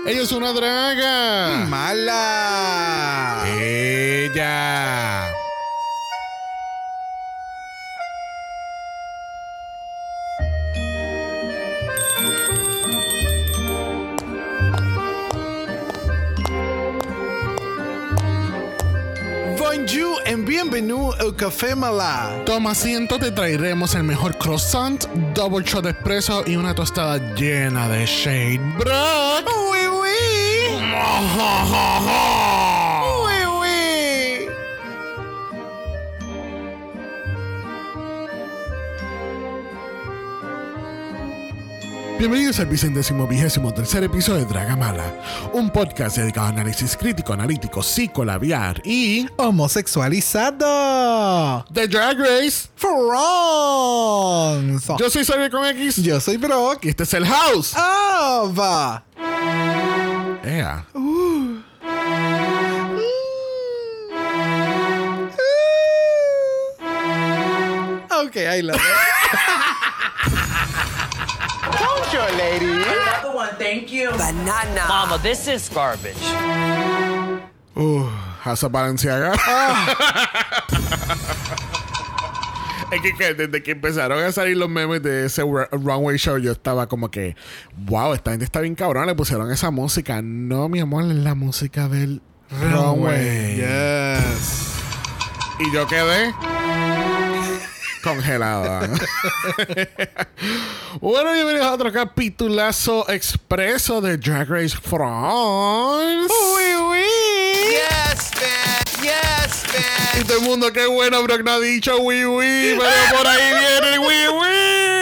Ella es una draga. ¡Mala! Ella. Bonjour and bienvenue au Café Mala. Toma asiento, te traeremos el mejor croissant, double shot de espresso y una tostada llena de shade. Bro. Oui, oui. Oui, oui. Bienvenidos al 123º episodio de Draga Mala, un podcast dedicado a análisis crítico, analítico, psicolabiar y Homosexualizado. The Drag Race. France. Yo soy Xavier con X Yo soy Brock. y este es el House. Ava. Ea. Okay, I love it. Sure, lady. Another one, thank you. Banana. Mama, this is garbage. House of Balenciaga. Es que desde que empezaron a salir los memes de ese runway show, yo estaba como que, wow, esta gente está bien cabrón. Le pusieron esa música. No, mi amor, es la música del runway. Yes. Y yo quedé congelada. Bueno, bienvenidos a otro capitulazo expreso de Drag Race France. Oui, oui. Yes, man. Yes, Y man. todo el mundo, qué bueno, Brock no ha dicho oui, oui, pero por ahí viene el oui, oui.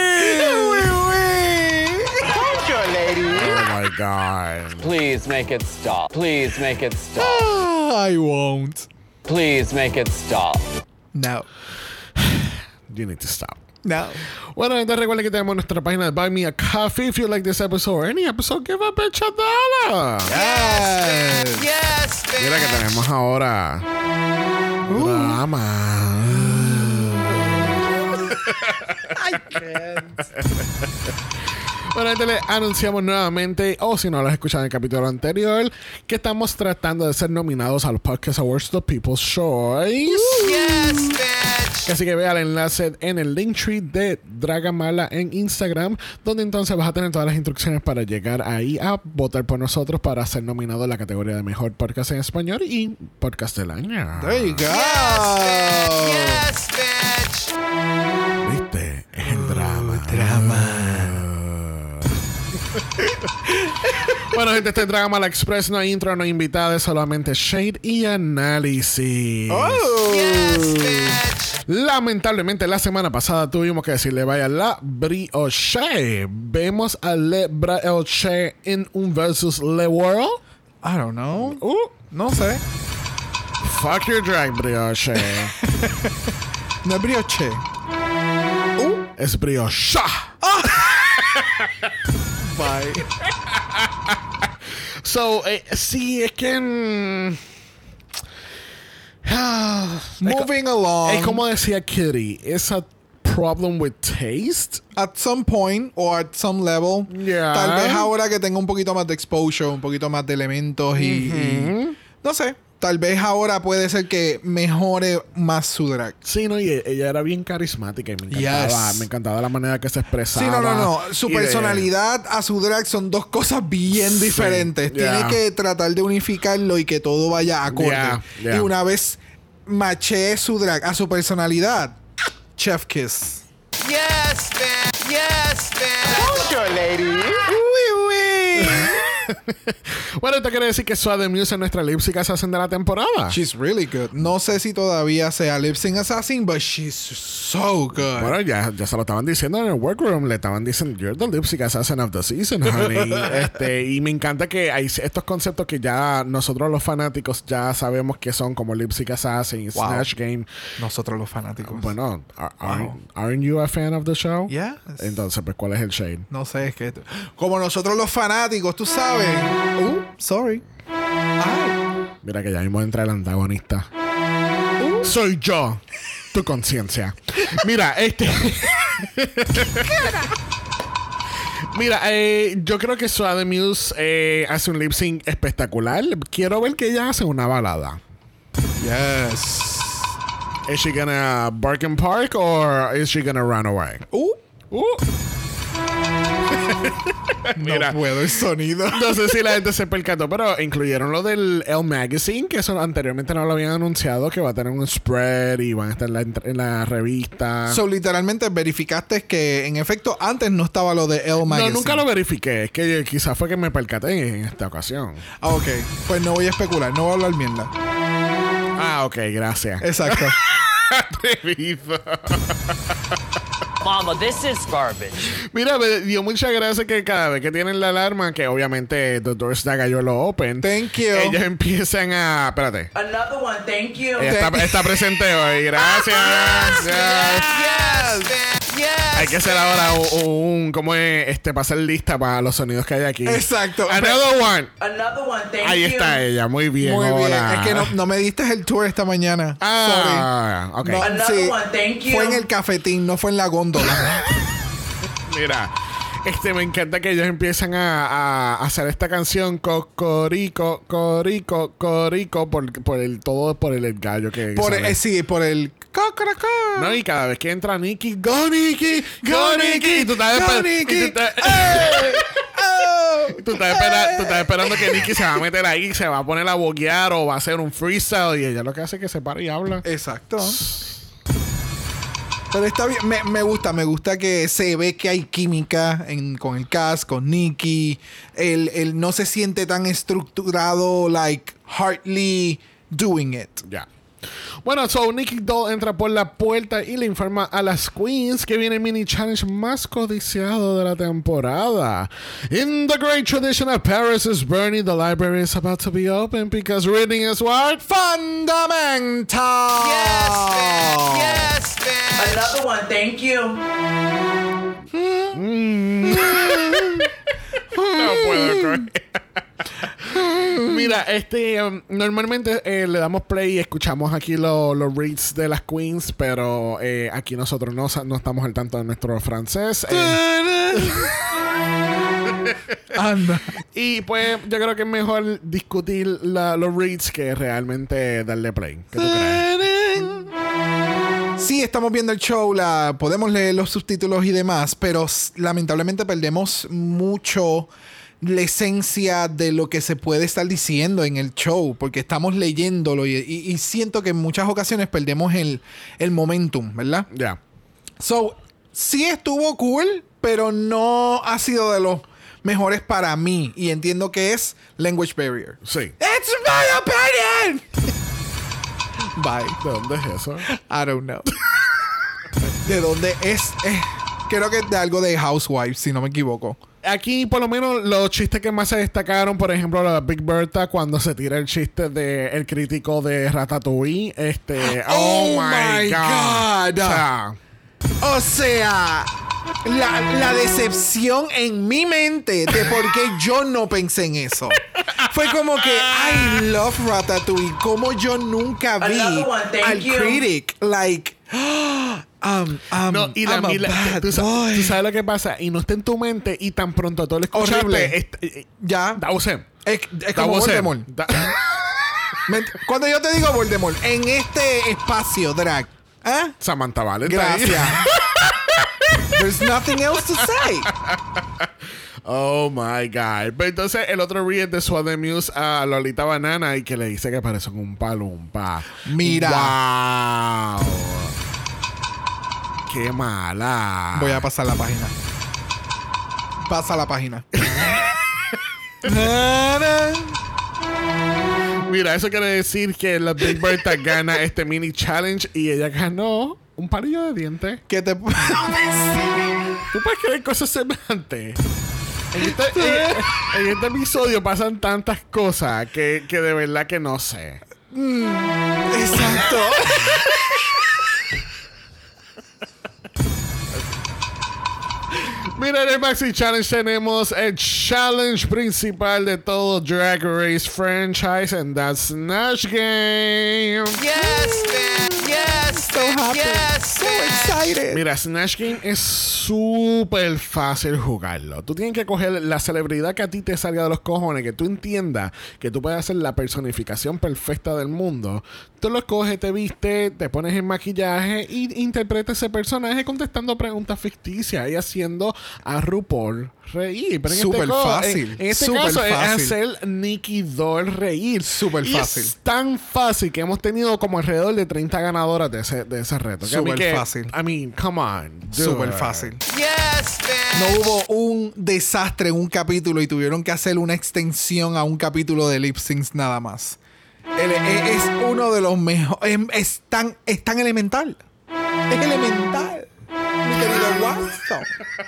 Sure, lady. Oh my God. Please make it stop. Please make it stop. I won't. Please make it stop. No. You need to stop. No. Bueno, entonces recuerden que tenemos nuestra página de Buy Me a Coffee. If you like this episode or any episode, give a bitch a dollar. Yes. Yes, man. Mira que tenemos ahora drama. I can't. Bueno, entonces les anunciamos nuevamente, o si no lo has escuchado en el capítulo anterior, que estamos tratando de ser nominados a los Podcast Awards The People's Choice. Yes, bitch. Así que vea el enlace en el Linktree de Dragamala en Instagram, donde entonces vas a tener todas las instrucciones para llegar ahí a votar por nosotros para ser nominado en la categoría de Mejor Podcast en Español y Podcast del Año. There you go. Yes, bitch. ¿Viste? Es el drama. Bueno, gente, este Dragamala Express no hay intro, no hay invitados, solamente shade y análisis. Yes, bitch. Lamentablemente, la semana pasada tuvimos que decirle vaya la Brioche. Vemos a Le Brioche en un versus Le World. I don't know. No sé. Fuck your drag, Brioche. No es brioche. Es Brioche. Bye. So, sí, es que... Moving along. Es como decía Kitty, it's a problem with taste. At some point or at some level. Yeah. Tal vez ahora que tenga un poquito más de exposure, un poquito más de elementos y no sé. Tal vez ahora puede ser que mejore más su drag. Sí, no, y ella era bien carismática y me encantaba, Yes. me encantaba la manera que se expresaba. Sí, no. Su Y de- personalidad a su drag son dos cosas bien Sí, diferentes. yeah. Tiene que tratar de unificarlo y que todo vaya acorde. Yeah. Y una vez machee su drag a su personalidad, chef kiss. Yes, man. Yes, man. Sure, lady. Bueno, esto quiere decir que Swade Muse es nuestra lip sync assassin de la temporada. She's really good. No sé si todavía sea Lip Sync Assassin, but she's so good. Bueno, ya se lo estaban diciendo en el workroom. Le estaban diciendo, you're the lip sync assassin of the season, honey. Y me encanta que hay estos conceptos que ya nosotros los fanáticos ya sabemos que son como lip sync assassin, Wow. Snatch Game. Nosotros los fanáticos. Bueno, aren't you a fan of the show? Yes. Entonces, pues, ¿cuál es el shade? No sé, es que... Como nosotros los fanáticos, tú sabes. Sorry. Ay. Mira que ya mismo entra el antagonista. Soy yo, tu conciencia. Mira, Mira, yo creo que Soa de Muse hace un lip sync espectacular. Quiero ver que ella hace una balada. Yes. Is she gonna bark and park or is she gonna run away? Mira. No puedo el sonido. No sé si la gente se percató, pero incluyeron lo del Elle Magazine, que eso anteriormente no lo habían anunciado, que va a tener un spread y van a estar en la revista. So, literalmente verificaste que en efecto antes no estaba lo de Elle Magazine. No, nunca lo verifiqué. Es que quizás fue que me percaté en esta ocasión. Ah, ok. Pues no voy a especular, no voy a hablar mierda. Ah, ok, gracias. Exacto. Atrevido. Mama, this is garbage. Mira, me dio mucha gracia que cada vez que tienen la alarma, que obviamente The Doors de Gallo lo open. Thank you. Ellos empiezan a... Espérate. Another one, thank you. Ella está presente hoy. Gracias. Yes, man. Yes. Hay que hacer ahora ¿cómo es? Pasar lista para los sonidos que hay aquí. Exacto. Another one. Another one, thank Ahí you. está ella. Muy bien. Muy bien. Hola. Es que no me diste el tour esta mañana. Ah, ok. Sorry. No, Another one, thank you. Fue en el cafetín, no fue en la góndola. Mira, me encanta que ellos empiezan a hacer esta canción corico, corico, corico por el gallo que sale. Sí, por el cocorocó. No, y cada vez que entra Nicky, go Nicky, go Nicky. Y tú estás Go, Nicky. tú estás esperando que Nicky se va a meter ahí, se va a poner a boguear o va a hacer un freestyle. Y ella lo que hace es que se para y habla. Exacto. Pero está bien, me gusta que se ve que hay química con el cast, con Nicky. Él no se siente tan estructurado, like Hartley doing it. Ya. Bueno, so Nicky Doll entra por la puerta y le informa a las queens que viene el mini challenge más codiciado de la temporada. In the great tradition of Paris is burning, the library is about to be open because reading is what? Fundamental. Yes, man. Yes, man. Another one, thank you. No puedo con... Mira, normalmente le damos play y escuchamos aquí los reads de las queens, pero aquí nosotros no estamos al tanto de nuestro francés. Anda. Y pues yo creo que es mejor discutir los reads que realmente darle play. ¿Qué tú crees? Sí, estamos viendo el show, podemos leer los subtítulos y demás, pero lamentablemente perdemos mucho la esencia de lo que se puede estar diciendo en el show, porque estamos leyéndolo y siento que en muchas ocasiones perdemos el momentum, ¿verdad? Ya. Yeah. So, sí estuvo cool, pero no ha sido de los mejores para mí, y entiendo que es language barrier. Sí. It's my opinion. Bye. ¿De dónde es eso? I don't know. ¿De dónde es? Creo que es de algo de Housewives, si no me equivoco. Aquí, por lo menos, los chistes que más se destacaron, por ejemplo, la Big Bertha, cuando se tira el chiste del crítico de Ratatouille. Oh my God. O sea, la decepción en mi mente de por qué yo no pensé en eso. Fue como que I love Ratatouille. Como yo nunca vi Another one, thank al you. critic. Like, No, y tú sabes lo que pasa, y no está en tu mente, y tan pronto tú lo escuchaste. Horrible. Ya. That was him. Es como Voldemort. Cuando yo te digo Voldemort, en este espacio drag. ¿Ah? Samantha Valentine. Gracias. There's nothing else to say. Oh my God. Pero entonces el otro read de Soa de Muse a Lolita Banana y que le dice que parece un palumpa. Mira. Wow. Qué mala. Voy a pasar la página. Pasa la página. Mira, eso quiere decir que la Big Bertha gana este mini challenge y ella ganó un palillo de dientes. ¿Qué te puedo decir? ¿Tú puedes creer cosas semejantes? En este episodio pasan tantas cosas que de verdad que no sé. Exacto. Mira, en el Maxi Challenge tenemos el challenge principal de todo Drag Race franchise, and that's Snatch Game. Yes, man. Yes. Yes, So bitch. happy. Yes, So bitch. excited. Mira, Snatch Game es súper fácil jugarlo. Tú tienes que coger la celebridad que a ti te salga de los cojones, que tú entiendas que tú puedes hacer la personificación perfecta del mundo. Tú lo coges, te viste, te pones en maquillaje y interpretas ese personaje contestando preguntas ficticias y haciendo a RuPaul reír. Pero en Súper este fácil. En este Súper caso es fácil. hacer Nikki Doll reír. Súper Y fácil. Es tan fácil que hemos tenido como alrededor de 30 ganadoras de ese reto. Que a mí Súper que- fácil. I mean, come on. do Súper it. fácil. Yes, bitch. No hubo un desastre en un capítulo y tuvieron que hacer una extensión a un capítulo de lip syncs nada más. Es uno de los mejores. Es tan elemental. Es elemental. Mi querido Watson.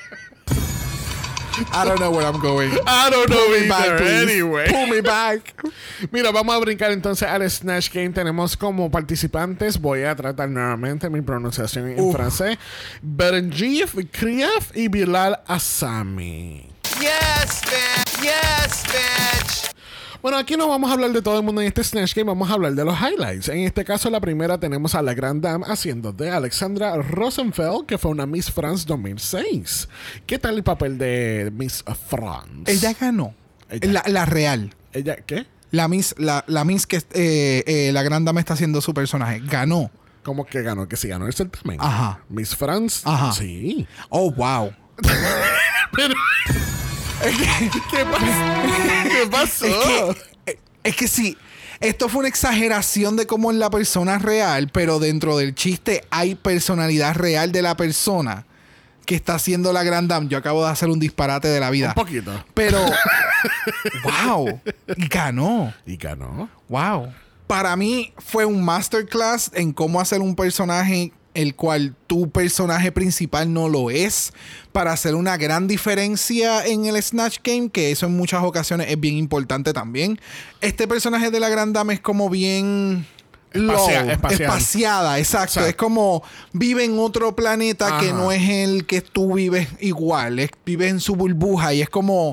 I don't know where I'm going. I don't know Pull me back, either. please. Anyway. Pull me back. Mira, vamos a brincar entonces al Snatch Game. Tenemos como participantes, voy a tratar nuevamente mi pronunciación en francés, Berenjif, Kriaf y Bilal Asami. Yes, bitch. Yes, bitch. Bueno, aquí no vamos a hablar de todo el mundo en este Snatch Game, vamos a hablar de los highlights. En este caso, la primera tenemos a la Grand Dame haciendo de Alexandra Rosenfeld, que fue una Miss France 2006. ¿Qué tal el papel de Miss France? Ella ganó. Ella. La real. ¿Ella qué? La Miss que la gran dama está haciendo su personaje. Ganó. ¿Cómo que ganó? Que sí ganó el certamen. Ajá. Miss France. Ajá. Sí. Oh, wow. Pero... ¿Qué pasó? ¿Qué pasó? Es que sí, esto fue una exageración de cómo es la persona real, pero dentro del chiste hay personalidad real de la persona que está haciendo la Grand Dame. Yo acabo de hacer un disparate de la vida. Un poquito. Pero, wow, ganó. Y ganó. Wow. Para mí fue un masterclass en cómo hacer un personaje el cual tu personaje principal no lo es, para hacer una gran diferencia en el Snatch Game, que eso en muchas ocasiones es bien importante también. Este personaje de la Grand Dame es como bien... espaciada, exacto. Es como vive en otro planeta que no es el que tú vives igual. Vive en su burbuja y es como...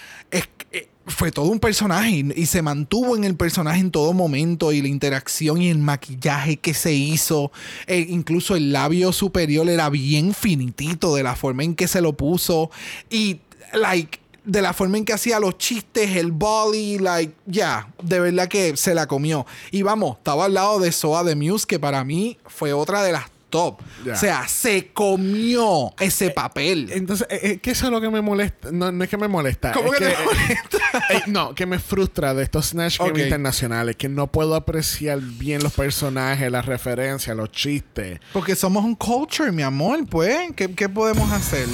fue todo un personaje y se mantuvo en el personaje en todo momento, y la interacción y el maquillaje que se hizo, incluso el labio superior era bien finitito de la forma en que se lo puso y de la forma en que hacía los chistes, el volley, de verdad que se la comió. Y vamos, estaba al lado de Soa de Muse, que para mí fue otra de las top. Yeah. O sea, se comió ese papel. Entonces, que eso es lo que me molesta. No es que me molesta. ¿Cómo es que te molesta? No, que me frustra de estos Snatch Game Ok. internacionales, que no puedo apreciar bien los personajes, las referencias, los chistes. Porque somos un culture, mi amor, pues. ¿Qué podemos hacer?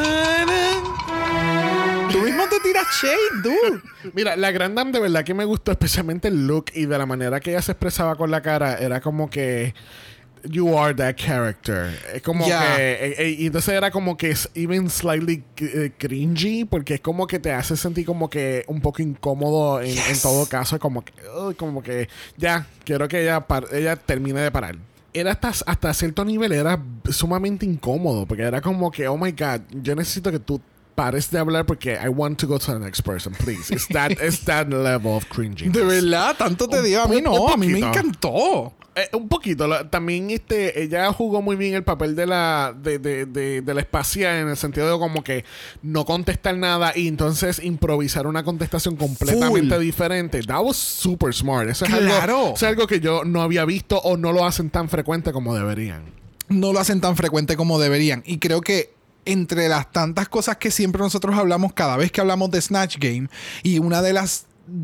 Tú mismo te tiras shade, dude. Mira, la Grand Dame de verdad que me gustó, especialmente el look y de la manera que ella se expresaba con la cara. Era como que... You are that character. Es como Yeah. que... y entonces era como que es even slightly cringy, porque es como que te hace sentir como que un poco incómodo en todo caso. Como que ya, quiero que ella termine de parar. Era hasta cierto nivel, era sumamente incómodo, porque era como que, oh my God, yo necesito que tú pares de hablar porque I want to go to the next person, please. It's that level of cringy. De verdad, tanto te digo. A mí no, a mí me encantó. Un poquito. También ella jugó muy bien el papel de la espacial, en el sentido de como que no contestar nada y entonces improvisar una contestación completamente Full. diferente. That was super smart. Eso Claro. es algo que yo no había visto o no lo hacen tan frecuente como deberían. No lo hacen tan frecuente como deberían. Y creo que entre las tantas cosas que siempre nosotros hablamos cada vez que hablamos de Snatch Game, y una de las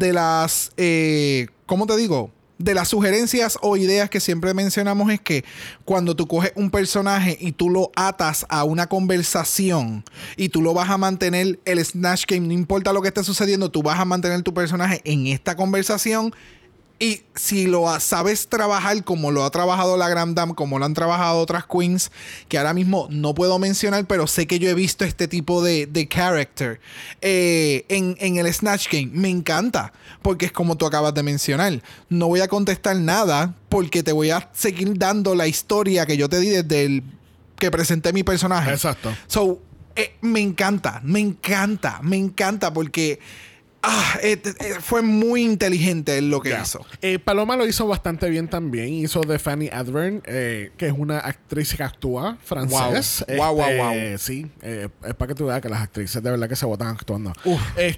¿cómo te digo? De las sugerencias o ideas que siempre mencionamos es que cuando tú coges un personaje y tú lo atas a una conversación y tú lo vas a mantener, el Snatch Game, no importa lo que esté sucediendo, tú vas a mantener tu personaje en esta conversación. Y si lo sabes trabajar como lo ha trabajado la Grand Dame, como lo han trabajado otras queens, que ahora mismo no puedo mencionar, pero sé que yo he visto este tipo de character en el Snatch Game. Me encanta, porque es como tú acabas de mencionar. No voy a contestar nada porque te voy a seguir dando la historia que yo te di desde el que presenté mi personaje. Exacto. So, me encanta porque... Fue muy inteligente en lo que Ya. hizo. Paloma lo hizo bastante bien también. Hizo de Fanny Advern, que es una actriz que actúa francés. Wow. Wow. Sí, es para que tú veas que las actrices de verdad que se botan actuando. Uf.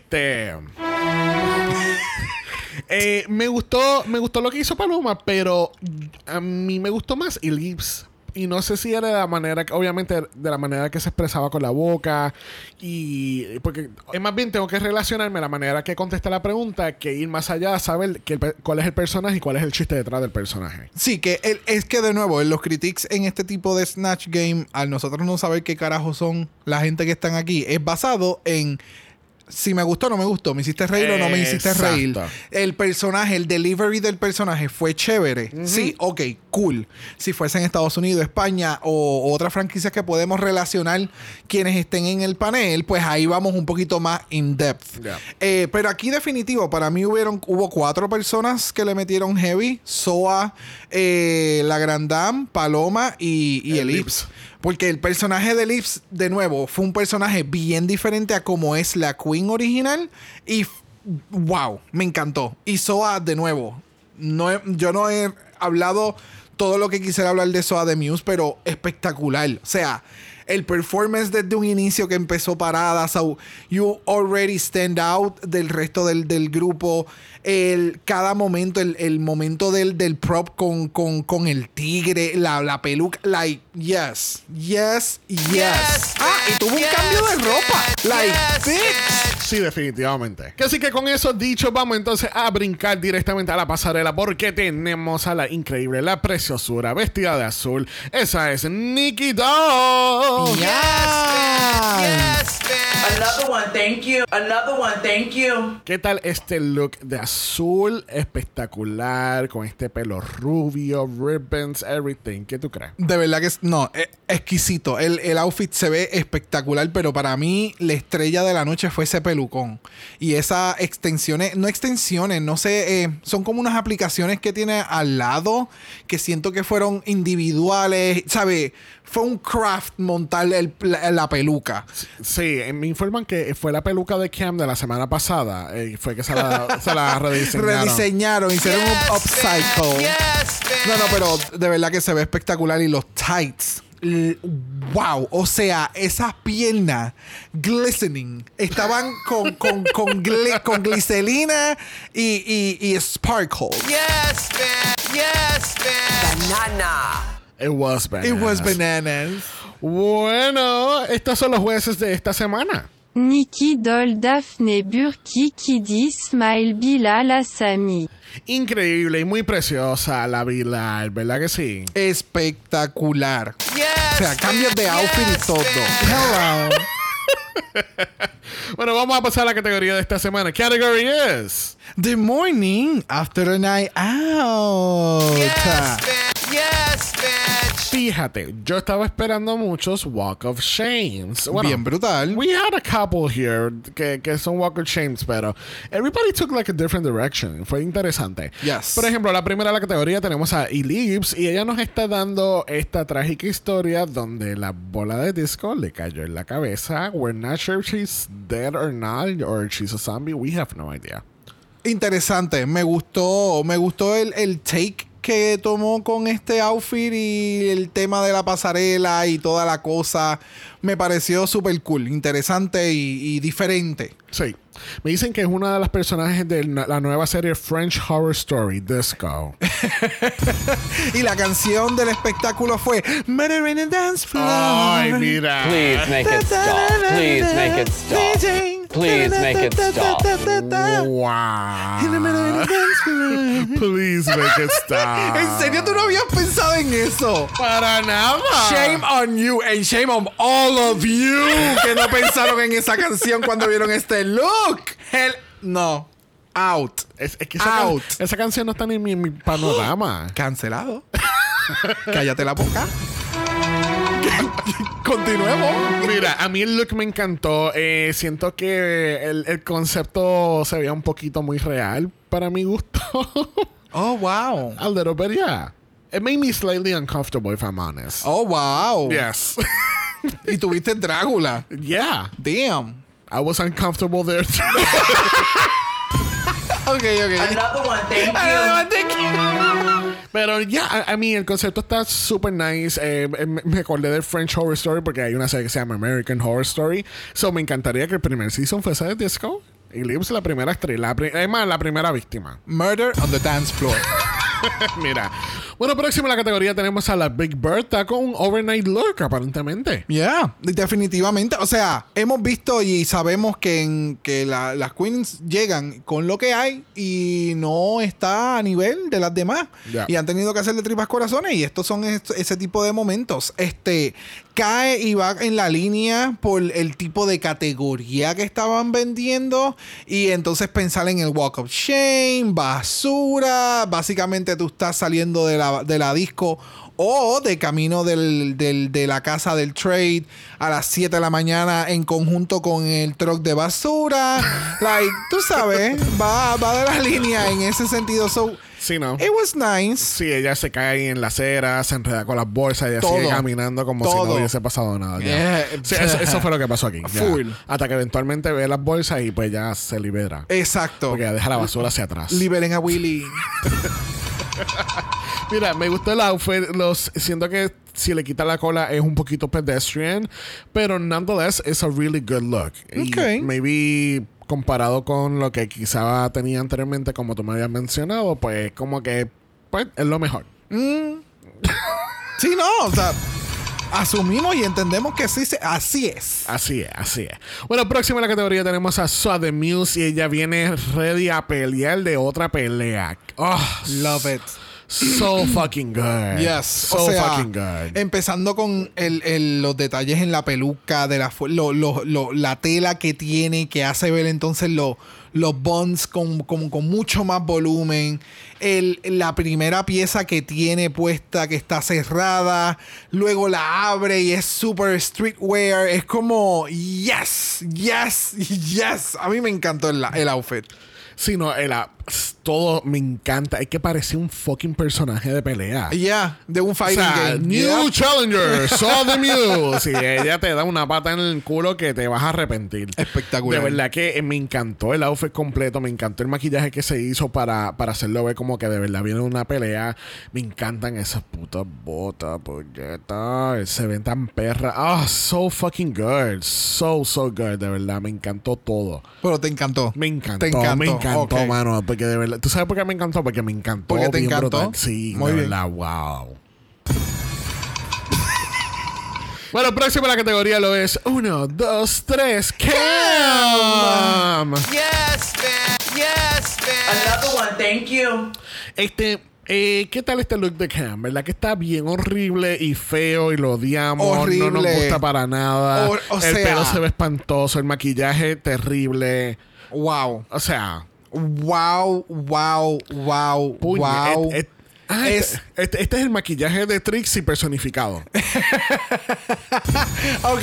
Me gustó lo que hizo Paloma, pero a mí me gustó más Ellipse. Y no sé si era de la manera, obviamente, de la manera que se expresaba con la boca. Y porque más bien tengo que relacionarme la manera que contesta la pregunta que ir más allá a saber cuál es el personaje y cuál es el chiste detrás del personaje. Sí, que es que de nuevo, en los critiques en este tipo de Snatch Game, al nosotros no saber qué carajo son la gente que están aquí, es basado en si me gustó o no me gustó, me hiciste reír o no me hiciste Exacto. reír. El personaje, el delivery del personaje fue chévere. Sí, ok, cool. Si fuese en Estados Unidos, España o otras franquicias que podemos relacionar quienes estén en el panel, pues ahí vamos un poquito más in depth. Yeah. Pero aquí definitivo, para mí hubo 4 personas que le metieron heavy. Soa, la Grand Dame, Paloma y Ellipse. Porque el personaje de Ellipse, de nuevo, fue un personaje bien diferente a como es la Queen original. Y wow, me encantó. Y Soa, de nuevo, yo no he hablado todo lo que quisiera hablar de Soa de Muse, pero espectacular. O sea, el performance desde un inicio que empezó parada, so you already stand out del resto del grupo. Cada momento, el momento del prop con el tigre, la peluca, like, yes. Y tuvo un cambio de ropa, like, bitch. Sí, definitivamente. Así que con eso dicho, vamos entonces a brincar directamente a la pasarela porque tenemos a la increíble, la preciosura, vestida de azul. Esa es Nikki Doll. Another one, thank you. Another one, thank you. ¿Qué tal este look de azul? Espectacular, con este pelo rubio, ribbons, everything. ¿Qué tú crees? De verdad que es exquisito. El outfit se ve espectacular, pero para mí la estrella de la noche fue ese pelucón. Y esas extensiones, no sé, son como unas aplicaciones que tiene al lado que siento que fueron individuales, ¿sabes? Fue un craft montar la peluca. Sí, me informan que fue la peluca de Cam de la semana pasada. Fue que se la rediseñaron. Hicieron un upcycle. No, pero de verdad que se ve espectacular. Y los tights. Wow, o sea, esas piernas glistening estaban con glicerina y sparkle. Banana. It was bananas. It was bananas. Bueno, estos son los jueces de esta semana. Nikki Doll, Daphne Burki, Kiddy, Smile, Bilal, Asami. Increíble y muy preciosa la Bilal, ¿verdad que sí? Espectacular. O sea, cambios de outfit y todo. Hello. Bueno, vamos a pasar a la categoría de esta semana. Category is The morning after a night out. Fíjate, yo estaba esperando muchos Walk of Shames. Bueno, Bien brutal. we had a couple here que son Walk of Shames, pero everybody took like a different direction. Fue interesante. Yes. Por ejemplo, la primera de la categoría tenemos a Ellipse y ella nos está dando esta trágica historia donde la bola de disco le cayó en la cabeza. We're not sure if she's dead or not, or she's a zombie. We have no idea. Interesante. Me gustó el take que tomó con este outfit y el tema de la pasarela y toda la cosa. Me pareció súper cool, interesante y diferente. Sí. Me dicen que es una de las personajes de la nueva serie French Horror Story, Disco. Y la canción del espectáculo fue Murder in a Dance Floor. Ay, mira. Please make it stop. Please make it stop. Please make it stop. Wow. In the middle of the dance floor. Please make it stop. ¿En serio tú no habías pensado en eso? Para nada. Shame on you and shame on all of you que no pensaron en esa canción cuando vieron este look. Hell no. Out. Es que Out. esa canción no está ni en mi panorama. Cancelado. Cállate la boca. Continuemos. Mira, a mí el look me encantó. Siento que el concepto se veía un poquito muy real para mi gusto. Oh, wow. A little bit, yeah. It made me slightly uncomfortable, if I'm honest. Oh, wow. Yes. Y tuviste Drácula. Yeah. Damn. I was uncomfortable there. Okay. Another one, thank you. Pero ya, I mean, el concepto está super nice. Me acordé del French Horror Story porque hay una serie que se llama American Horror Story. So me encantaría que el primer season fuese de disco. Y Lips la primera estrella. Además, la primera víctima. Murder on the dance floor. Mira. Bueno, próximo en la categoría tenemos a la Big Bertha con un overnight look, aparentemente. Yeah, definitivamente. O sea, hemos visto y sabemos que las queens llegan con lo que hay y no está a nivel de las demás. Yeah. Y han tenido que hacerle tripas corazones y estos son ese tipo de momentos. Cae y va en la línea por el tipo de categoría que estaban vendiendo y entonces pensar en el walk of shame, basura. Básicamente tú estás saliendo de la disco o de camino de la casa del trade a las 7 de la mañana en conjunto con el truck de basura. Like, tú sabes, va de la línea en ese sentido. So, Sí, ¿no? it was nice. Sí, ella se cae ahí en la acera, se enreda con las bolsas, ella Todo. sigue caminando como si no hubiese pasado nada. Ya. Sí, eso fue lo que pasó aquí. Ya. Full. Hasta que eventualmente ve las bolsas y pues ya se libera. Exacto. Porque ella deja la basura hacia atrás. Liberen a Willy. Mira, me gustó el outfit. Siento que si le quita la cola es un poquito pedestrian, pero nonetheless it's a really good look. Okay. Y maybe comparado con lo que quizá tenía anteriormente, como tú me habías mencionado, pues como que pues es lo mejor. Sí, no, o sea, asumimos y entendemos que sí, así es. Así es. Bueno, próximo en la categoría tenemos a Soa the Muse y ella viene ready a pelear de otra pelea. Oh, Love it. so fucking good. Yes. So o sea, fucking good. empezando con los detalles en la peluca, de la tela que tiene, que hace ver entonces los buns con mucho más volumen. La primera pieza que tiene puesta, que está cerrada, luego la abre y es super streetwear. Es como, yes. A mí me encantó el outfit. Sí, no, todo me encanta. Es que parece un fucking personaje de pelea. Yeah, de un O fighting sea, game. New Yeah. Challenger, Saw the Muse. Y ella te da una pata en el culo que te vas a arrepentir. Espectacular. De verdad que me encantó el outfit completo. Me encantó el maquillaje que se hizo para hacerlo ver como que de verdad viene una pelea. Me encantan esas putas botas, puñetas. Se ven tan perras. So fucking good. So good. De verdad, me encantó todo. Pero te encantó. Me encantó. Te encantó. Me encantó, Ok. mano. Porque de verdad. ¿Tú sabes por qué me encantó? Porque me encantó. Porque te bien encantó. brutal. Sí, Muy de bien. verdad. Wow. Bueno, próximo en la categoría lo es 1, 2, 3, Cam. Yes, man. Yes, man. Another one, thank you. ¿Qué tal este look de Cam? ¿Verdad que está bien horrible y feo y lo odiamos? Horrible. No nos gusta para nada. O el sea, pelo se ve espantoso, el maquillaje terrible. Wow. O sea, Wow. puña, Wow. este es el maquillaje de Trixie personificado. Ok.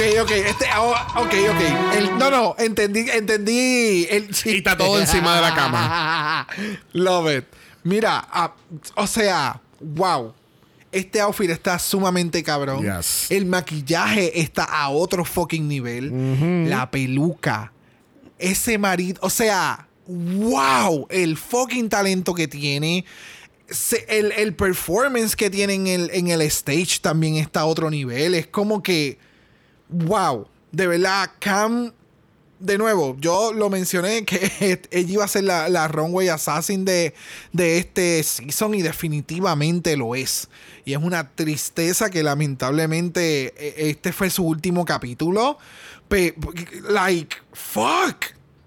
No, entendí. Y está todo encima de la cama. Love it. Mira, o sea, wow. Este outfit está sumamente cabrón. Yes. El maquillaje está a otro fucking nivel. La peluca. Ese marido. O sea, wow. El fucking talento que tiene. El performance que tiene en el stage también está a otro nivel. Es como que, wow, de verdad, Cam, de nuevo, yo lo mencioné que ella iba a ser la runway assassin de este season y definitivamente lo es. Y es una tristeza que lamentablemente este fue su último capítulo. Like, fuck.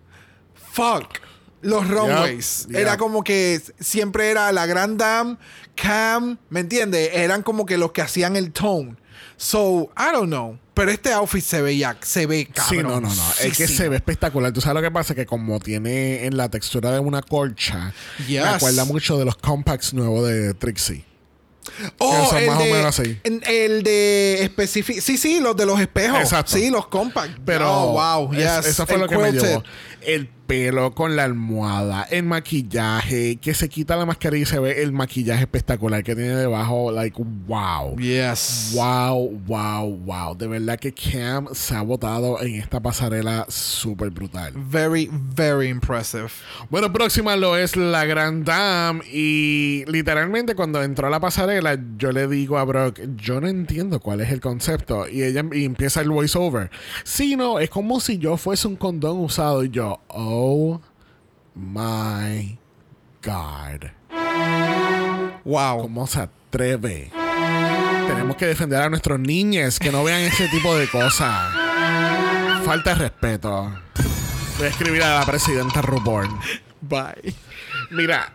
Los runways. Yep. Era como que siempre era la Grand Dame, Cam, ¿me entiendes? Eran como que los que hacían el tone. So, I don't know. Pero este outfit se ve cabrón. Sí, no. Es que se ve espectacular. Tú sabes lo que pasa, que como tiene en la textura de una colcha, Yes. me acuerda mucho de los compacts nuevos de Trixie. Oh, son el más o de, menos así. El de específico. Sí, los de los espejos. Exacto. Sí, los compact. Pero oh, wow, yes. eso fue lo que me quilted. llevó. El pelo, con la almohada, el maquillaje, que se quita la mascarilla y se ve el maquillaje espectacular que tiene debajo. Like, wow. Yes. Wow. De verdad que Cam se ha botado en esta pasarela súper brutal. Very, very impressive. Bueno, próxima lo es la Grand Dame. Y literalmente cuando entró a la pasarela, yo le digo a Brock, yo no entiendo cuál es el concepto. Y ella empieza el voiceover. Sí, no, es como si yo fuese un condón usado. Y yo, oh my God. Wow. ¿Cómo se atreve? Tenemos que defender a nuestros niños que no vean ese tipo de cosas. Falta de respeto. Voy a escribir a la presidenta RuPaul. Bye. Mira,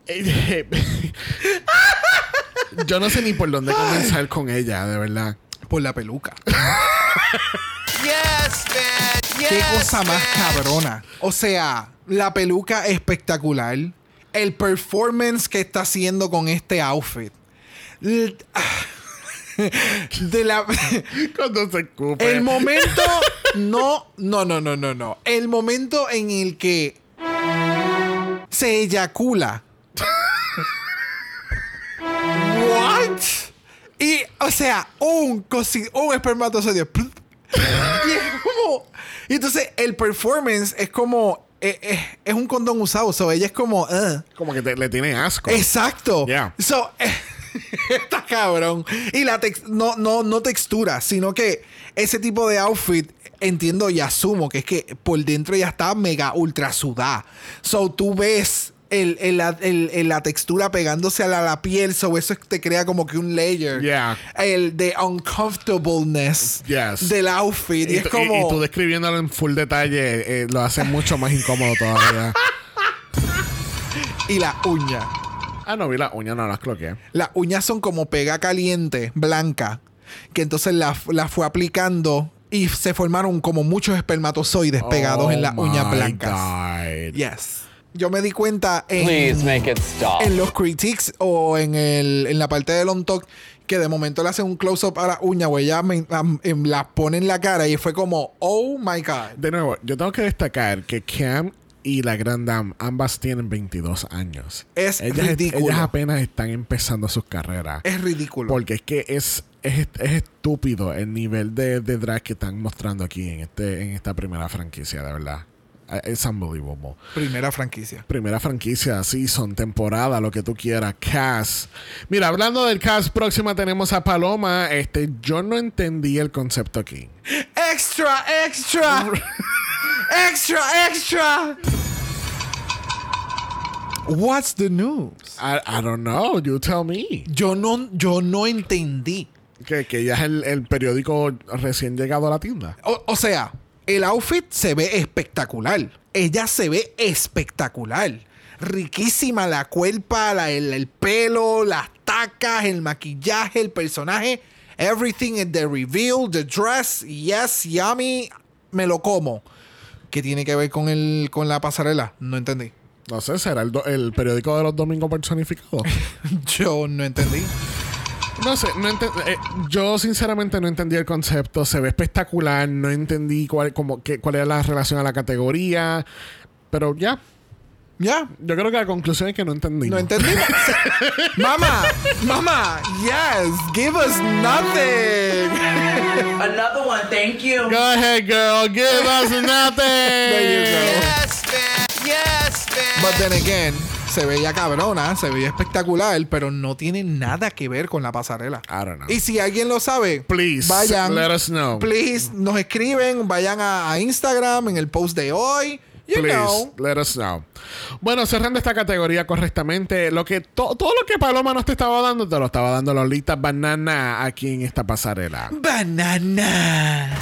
yo no sé ni por dónde comenzar con ella, de verdad. Por la peluca. Yes, man. Yes, Qué cosa más man. cabrona. O sea, la peluca espectacular. El performance que está haciendo con este outfit. De la... Cuando se escupe. El momento... No. El momento en el que se eyacula. What? Y, o sea, un espermatozoide. Y es como... Y entonces el performance es como... es un condón usado. So ella es como... Como que le tiene asco. Exacto. Yeah. So, está cabrón. Y la no textura, sino que ese tipo de outfit entiendo y asumo que es que por dentro ya está mega ultra sudada. So tú ves la textura pegándose a la piel, so eso te crea como que un layer. Yeah. El de uncomfortableness Yes. del outfit. Y es como... y tú describiéndolo en full detalle lo hace mucho más incómodo todavía. Y la uña. Ah, no vi la uña, no las cloqué. Las uñas son como pega caliente, blanca, que entonces la fue aplicando y se formaron como muchos espermatozoides pegados en las uñas blancas. God. Yes. Yo me di cuenta Please make it stop. en los critiques o en la parte del on talk que de momento le hacen un close-up a la uña o ella la pone en la cara y fue como, oh my God. De nuevo, yo tengo que destacar que Cam y la Grand Dame ambas tienen 22 años. Es ridículo. Ellas apenas están empezando sus carreras. Es ridículo. Porque es que es estúpido el nivel de drag que están mostrando aquí en esta primera franquicia, de verdad. Es unbelievable. Primera franquicia. Primera franquicia, season, temporada, lo que tú quieras. Cast. Mira, hablando del cast, próxima tenemos a Paloma. Yo no entendí el concepto aquí. Extra. Extra. What's the news? I don't know. You tell me. Yo no entendí. Que ya es el periódico recién llegado a la tienda. O sea, el outfit se ve espectacular. Ella se ve espectacular. Riquísima la cuerpa, el pelo, las tacas, el maquillaje, el personaje. Everything in the reveal, the dress. Yes, yummy. Me lo como. ¿Qué tiene que ver con la pasarela? No entendí. No sé, ¿será el periódico de los domingos personificado? Yo no entendí. No sé, yo sinceramente no entendí el concepto. Se ve espectacular. No entendí cuál era la relación a la categoría. Pero ya. Ya. Yo creo que la conclusión es que no entendí. No entendimos. Mamá, yes, give us nothing. Another one, thank you. Go ahead, girl. Give us nothing. There you go. Yes, man. Yes, man. But then again, se veía cabrona, se veía espectacular, pero no tiene nada que ver con la pasarela. I don't know. Y si alguien lo sabe, Please, vayan, let us know. Please, nos escriben, vayan a Instagram en el post de hoy. You Please, know. let us know. Bueno, cerrando esta categoría correctamente, todo lo que Paloma nos te estaba dando, te lo estaba dando Lolita Banana aquí en esta pasarela. Banana.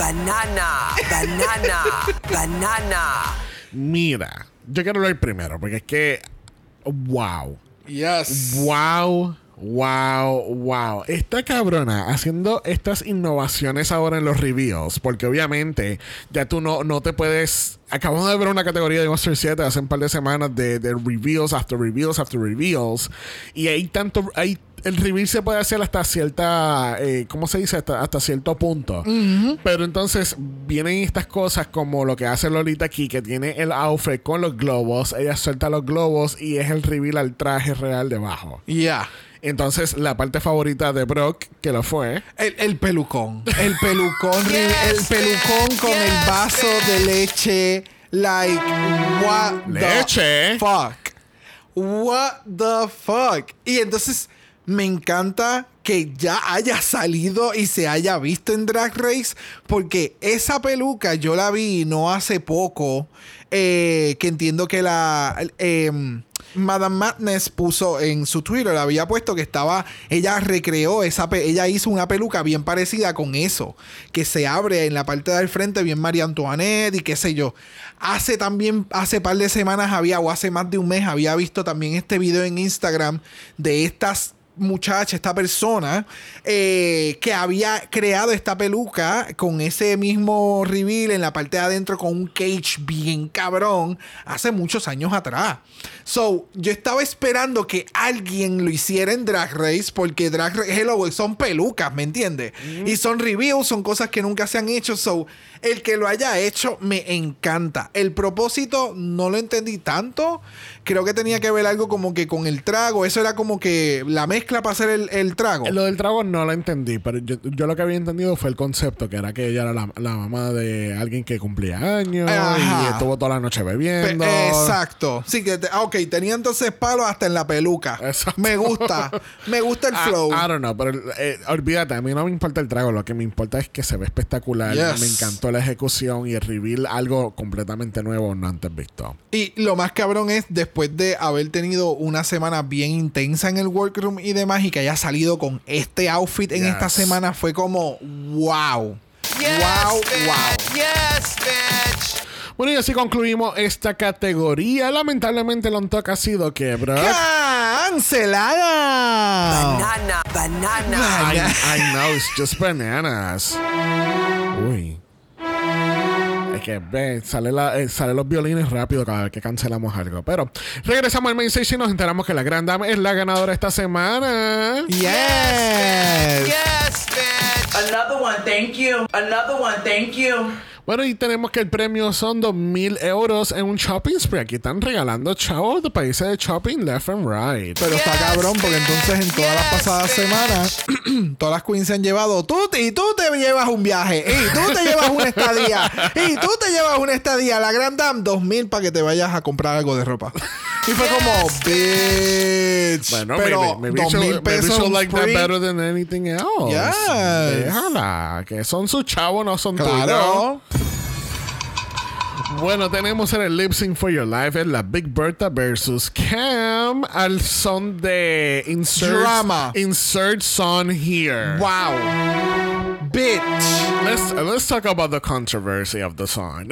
Banana. Mira, yo quiero hablar primero, porque es que wow. Yes. Wow. Wow. Esta cabrona haciendo estas innovaciones ahora en los reveals, porque obviamente ya tú no te puedes. Acabamos de ver una categoría de Monster 7 hace un par de semanas de reveals after reveals after reveals, y el reveal se puede hacer hasta cierta, ¿cómo se dice? Hasta cierto punto. Pero entonces vienen estas cosas como lo que hace Lolita aquí, que tiene el outfit con los globos. Ella suelta los globos y es el reveal al traje real debajo. Ya. Entonces, la parte favorita de Brock, que lo fue. El pelucón. El pelucón. El pelucón con el vaso de leche. Like, what Leche. the fuck? What the fuck? Y entonces me encanta que ya haya salido y se haya visto en Drag Race, porque esa peluca yo la vi no hace poco, que entiendo que Madame Madness puso en su Twitter, había puesto que ella recreó ella hizo una peluca bien parecida con eso, que se abre en la parte del frente bien María Antoinette y qué sé yo. Hace par de semanas o hace más de un mes había visto también este video en Instagram de esta persona que había creado esta peluca con ese mismo reveal en la parte de adentro con un cage bien cabrón hace muchos años atrás. So, yo estaba esperando que alguien lo hiciera en Drag Race, porque Drag Race, son pelucas, ¿me entiendes? Y son reviews, son cosas que nunca se han hecho. So, el que lo haya hecho me encanta. El propósito no lo entendí tanto. Creo que tenía que ver algo como que con el trago. Eso era como que la mezcla para hacer el trago. Lo del trago no lo entendí, pero yo lo que había entendido fue el concepto, que era que ella era la mamá de alguien que cumplía años. Ajá. Y estuvo toda la noche bebiendo. Exacto. Sí, que tenía entonces palos hasta en la peluca. Exacto. Me gusta el flow. I don't know, pero olvídate, a mí no me importa el trago, lo que me importa es que se ve espectacular. Yes. Me encantó la ejecución y el reveal, algo completamente nuevo no antes visto. Y lo más cabrón es, después de haber tenido una semana bien intensa en el workroom y demás, y que haya salido con este outfit en esta semana, fue como wow. Yes, wow. Yes, bitch. Bueno, y así concluimos esta categoría. Lamentablemente el on-talk ha sido que, bro, ¡cancelada! Banana. I know, it's just bananas. Uy. Es que salen los violines rápido cada vez que cancelamos algo. Pero regresamos al main stage y nos enteramos que la Gran Dame es la ganadora esta semana. Yes. Yes, bitch. Another one, thank you. Another one, thank you. Bueno, y tenemos que el premio son 2,000 euros en un shopping spree. Aquí están regalando chavos de países de shopping left and right. Pero está cabrón, porque entonces en todas las pasadas semanas todas las queens se han llevado y tú te llevas un viaje, y tú te llevas una estadía, y tú te llevas una estadía. La Gran Dame, 2,000 para que te vayas a comprar algo de ropa. Y fue como, bitch. Bueno, pero maybe 2,000 pesos she'll like that free. better than anything else. Yes. Déjala, que son sus chavos, no son Claro. tuyos. Bueno, tenemos en el Lip Sync for Your Life es la Big Bertha versus Cam al son de Insert Song Here. Wow. Bitch. Let's talk about the controversy of the song.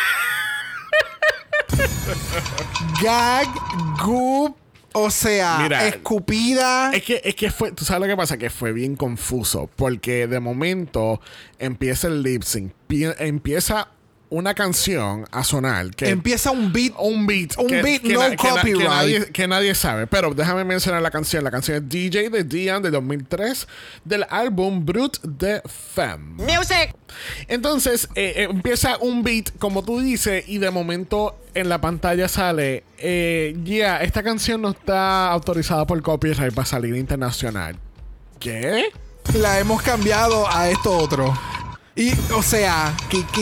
Gag, goop, o sea, mira, escupida. Es que fue, tú sabes lo que pasa, que fue bien confuso, porque de momento empieza el lip sync, empieza una canción a sonar que empieza un beat no copyright que nadie sabe, pero déjame mencionar la canción. La canción es DJ de Dion de 2003 del álbum Brut de Femme Music. Entonces empieza un beat como tú dices y de momento en la pantalla sale esta canción no está autorizada por copyright para salir internacional. ¿Qué? La hemos cambiado a esto otro. Y, o sea,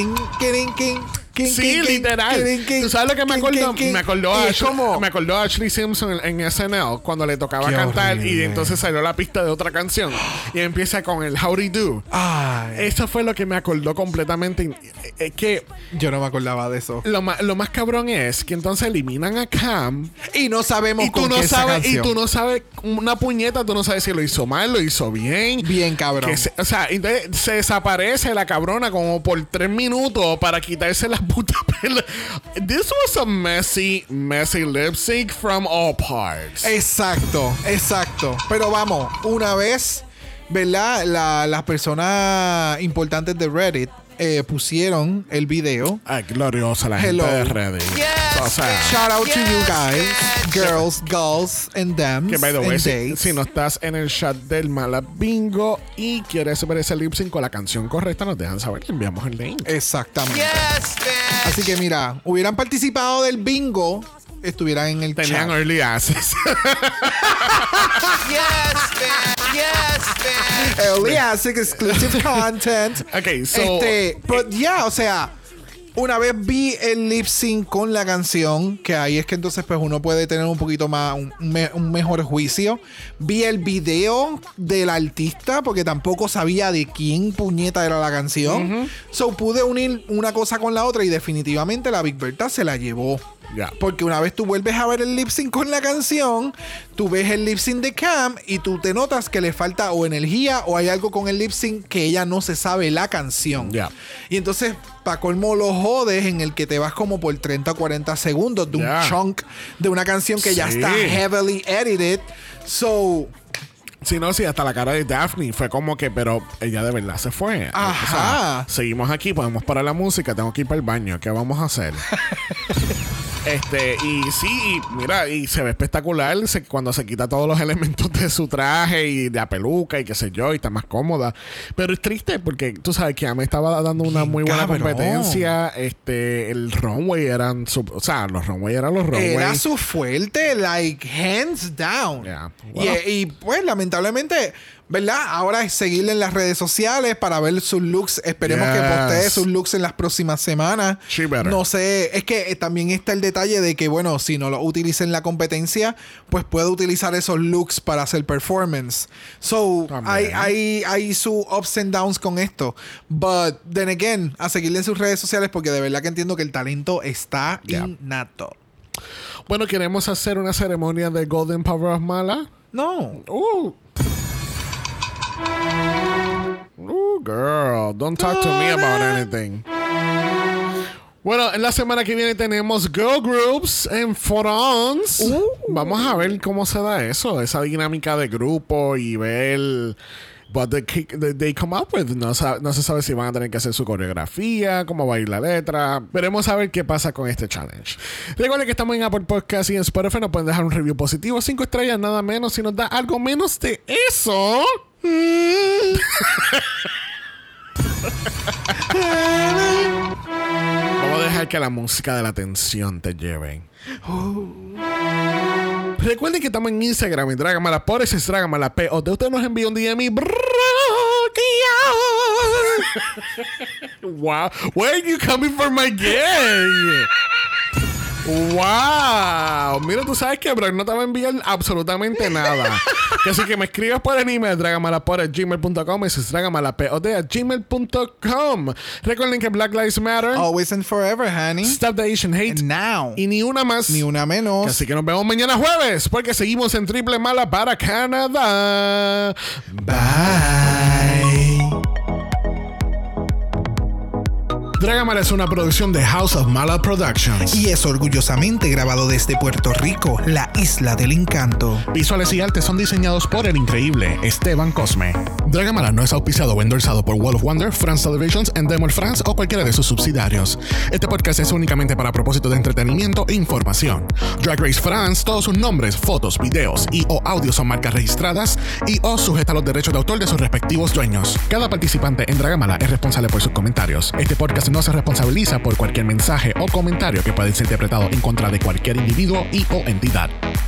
sí, literal. ¿Tú sabes lo que me acordó? Me acordó a Ashley Simpson en SNL cuando le tocaba cantar horrible. Y entonces salió la pista de otra canción y empieza con el Howdy Do. Eso fue lo que me acordó completamente. Que yo no me acordaba de eso. Lo más cabrón es que entonces eliminan a Cam y no sabemos y tú no sabes y tú no sabes una puñeta, tú no sabes si lo hizo mal, lo hizo bien cabrón. O sea, entonces se desaparece la cabrona como por 3 minutos para quitarse las puta pelea. This was a messy lip sync from all parts. Exacto. Pero vamos, una vez, ¿verdad? Las personas importantes de Reddit pusieron el video. Ay, gloriosa la Hello. gente de Reddit. Yes, O sea, Shout out to you guys, girls, and them. que by the way, and si dates. no estás en el chat del Mala Bingo y quieres ver ese lip sync con la canción correcta, nos dejan saber y enviamos el link. Exactamente. Yes, bitch. Así que mira, hubieran participado del bingo, estuvieran en el Tenían chat. early access. Yes, bitch. Yes, bitch. Early access, exclusive content. Ok, so- Pero ya, o sea, una vez vi el lip sync con la canción, que ahí es que entonces pues uno puede tener un poquito más, un mejor juicio. Vi el video del artista, porque tampoco sabía de quién puñeta era la canción. So pude unir una cosa con la otra y definitivamente la Big Bertha se la llevó. Ya. Porque una vez tú vuelves a ver el lip sync con la canción, tú ves el lip sync de Cam y tú te notas que le falta o energía o hay algo con el lip sync que ella no se sabe la canción. Ya. Y entonces, pa' colmo lo jodes en el que te vas como por 30 o 40 segundos de Ya. un chunk de una canción que ya Sí. está heavily edited. So, Si no, sí, hasta la cara de Daphne fue como que, pero ella de verdad se fue. Ajá. O sea, seguimos aquí, podemos parar la música, tengo que ir para el baño. ¿Qué vamos a hacer? Y sí, mira, y se ve espectacular cuando se quita todos los elementos de su traje y de la peluca y qué sé yo, y está más cómoda. Pero es triste porque tú sabes que a mí estaba dando una muy buena cabrón. competencia. El runway eran los runway eran los runway. era su fuerte, like, hands down. Yeah. Y pues, lamentablemente, ¿verdad? Ahora es seguirle en las redes sociales para ver sus looks. Esperemos que Yes. postee sus looks en las próximas semanas. She better. No sé, es que también está el detalle de que, bueno, si no lo utiliza en la competencia, pues puede utilizar esos looks para hacer performance. So, También. hay su ups and downs con esto. But, then again, a seguirle en sus redes sociales porque de verdad que entiendo que el talento está Yeah. innato. Bueno, queremos hacer una ceremonia de Golden Power of Mala. No. Girl, don't talk to me about anything. Bueno, en la semana que viene tenemos Girl Groups en France. Vamos a ver cómo se da eso, esa dinámica de grupo y ver what they come up with. No se sabe si van a tener que hacer su coreografía, cómo va a ir la letra. Veremos a ver qué pasa con este challenge. Recuerden que estamos en Apple Podcast y en Spotify. Nos pueden dejar un review positivo, 5 estrellas, nada menos. Si nos da algo menos de eso... Vamos a dejar que la música de la tensión te lleve. Recuerden que estamos en Instagram y Dragamala por ese es Dragamala P. O de usted nos envía un DM y wow, where are you coming for my gay? Wow, mira, tú sabes que Brock no te va a enviar absolutamente nada. Así que me escribas por el email dragamalapod@gmail.com. Eso es dragamalapod@gmail.com. Recuerden que Black Lives Matter. Always and forever, honey. Stop the Asian Hate. And now. Y ni una más. Ni una menos. Así que nos vemos mañana jueves, porque seguimos en Triple Mala para Canadá. Bye. Dragamala es una producción de House of Mala Productions. Y es orgullosamente grabado desde Puerto Rico, la isla del encanto. Visuales y artes son diseñados por el increíble Esteban Cosme. Dragamala no es auspiciado o endorsado por Wall of Wonder, France Televisions, Endemol France o cualquiera de sus subsidiarios. Este podcast es únicamente para propósito de entretenimiento e información. Drag Race France, todos sus nombres, fotos, videos y o audios son marcas registradas y o sujeta a los derechos de autor de sus respectivos dueños. Cada participante en Dragamala es responsable por sus comentarios. Este podcast no se responsabiliza por cualquier mensaje o comentario que pueda ser interpretado en contra de cualquier individuo y o entidad.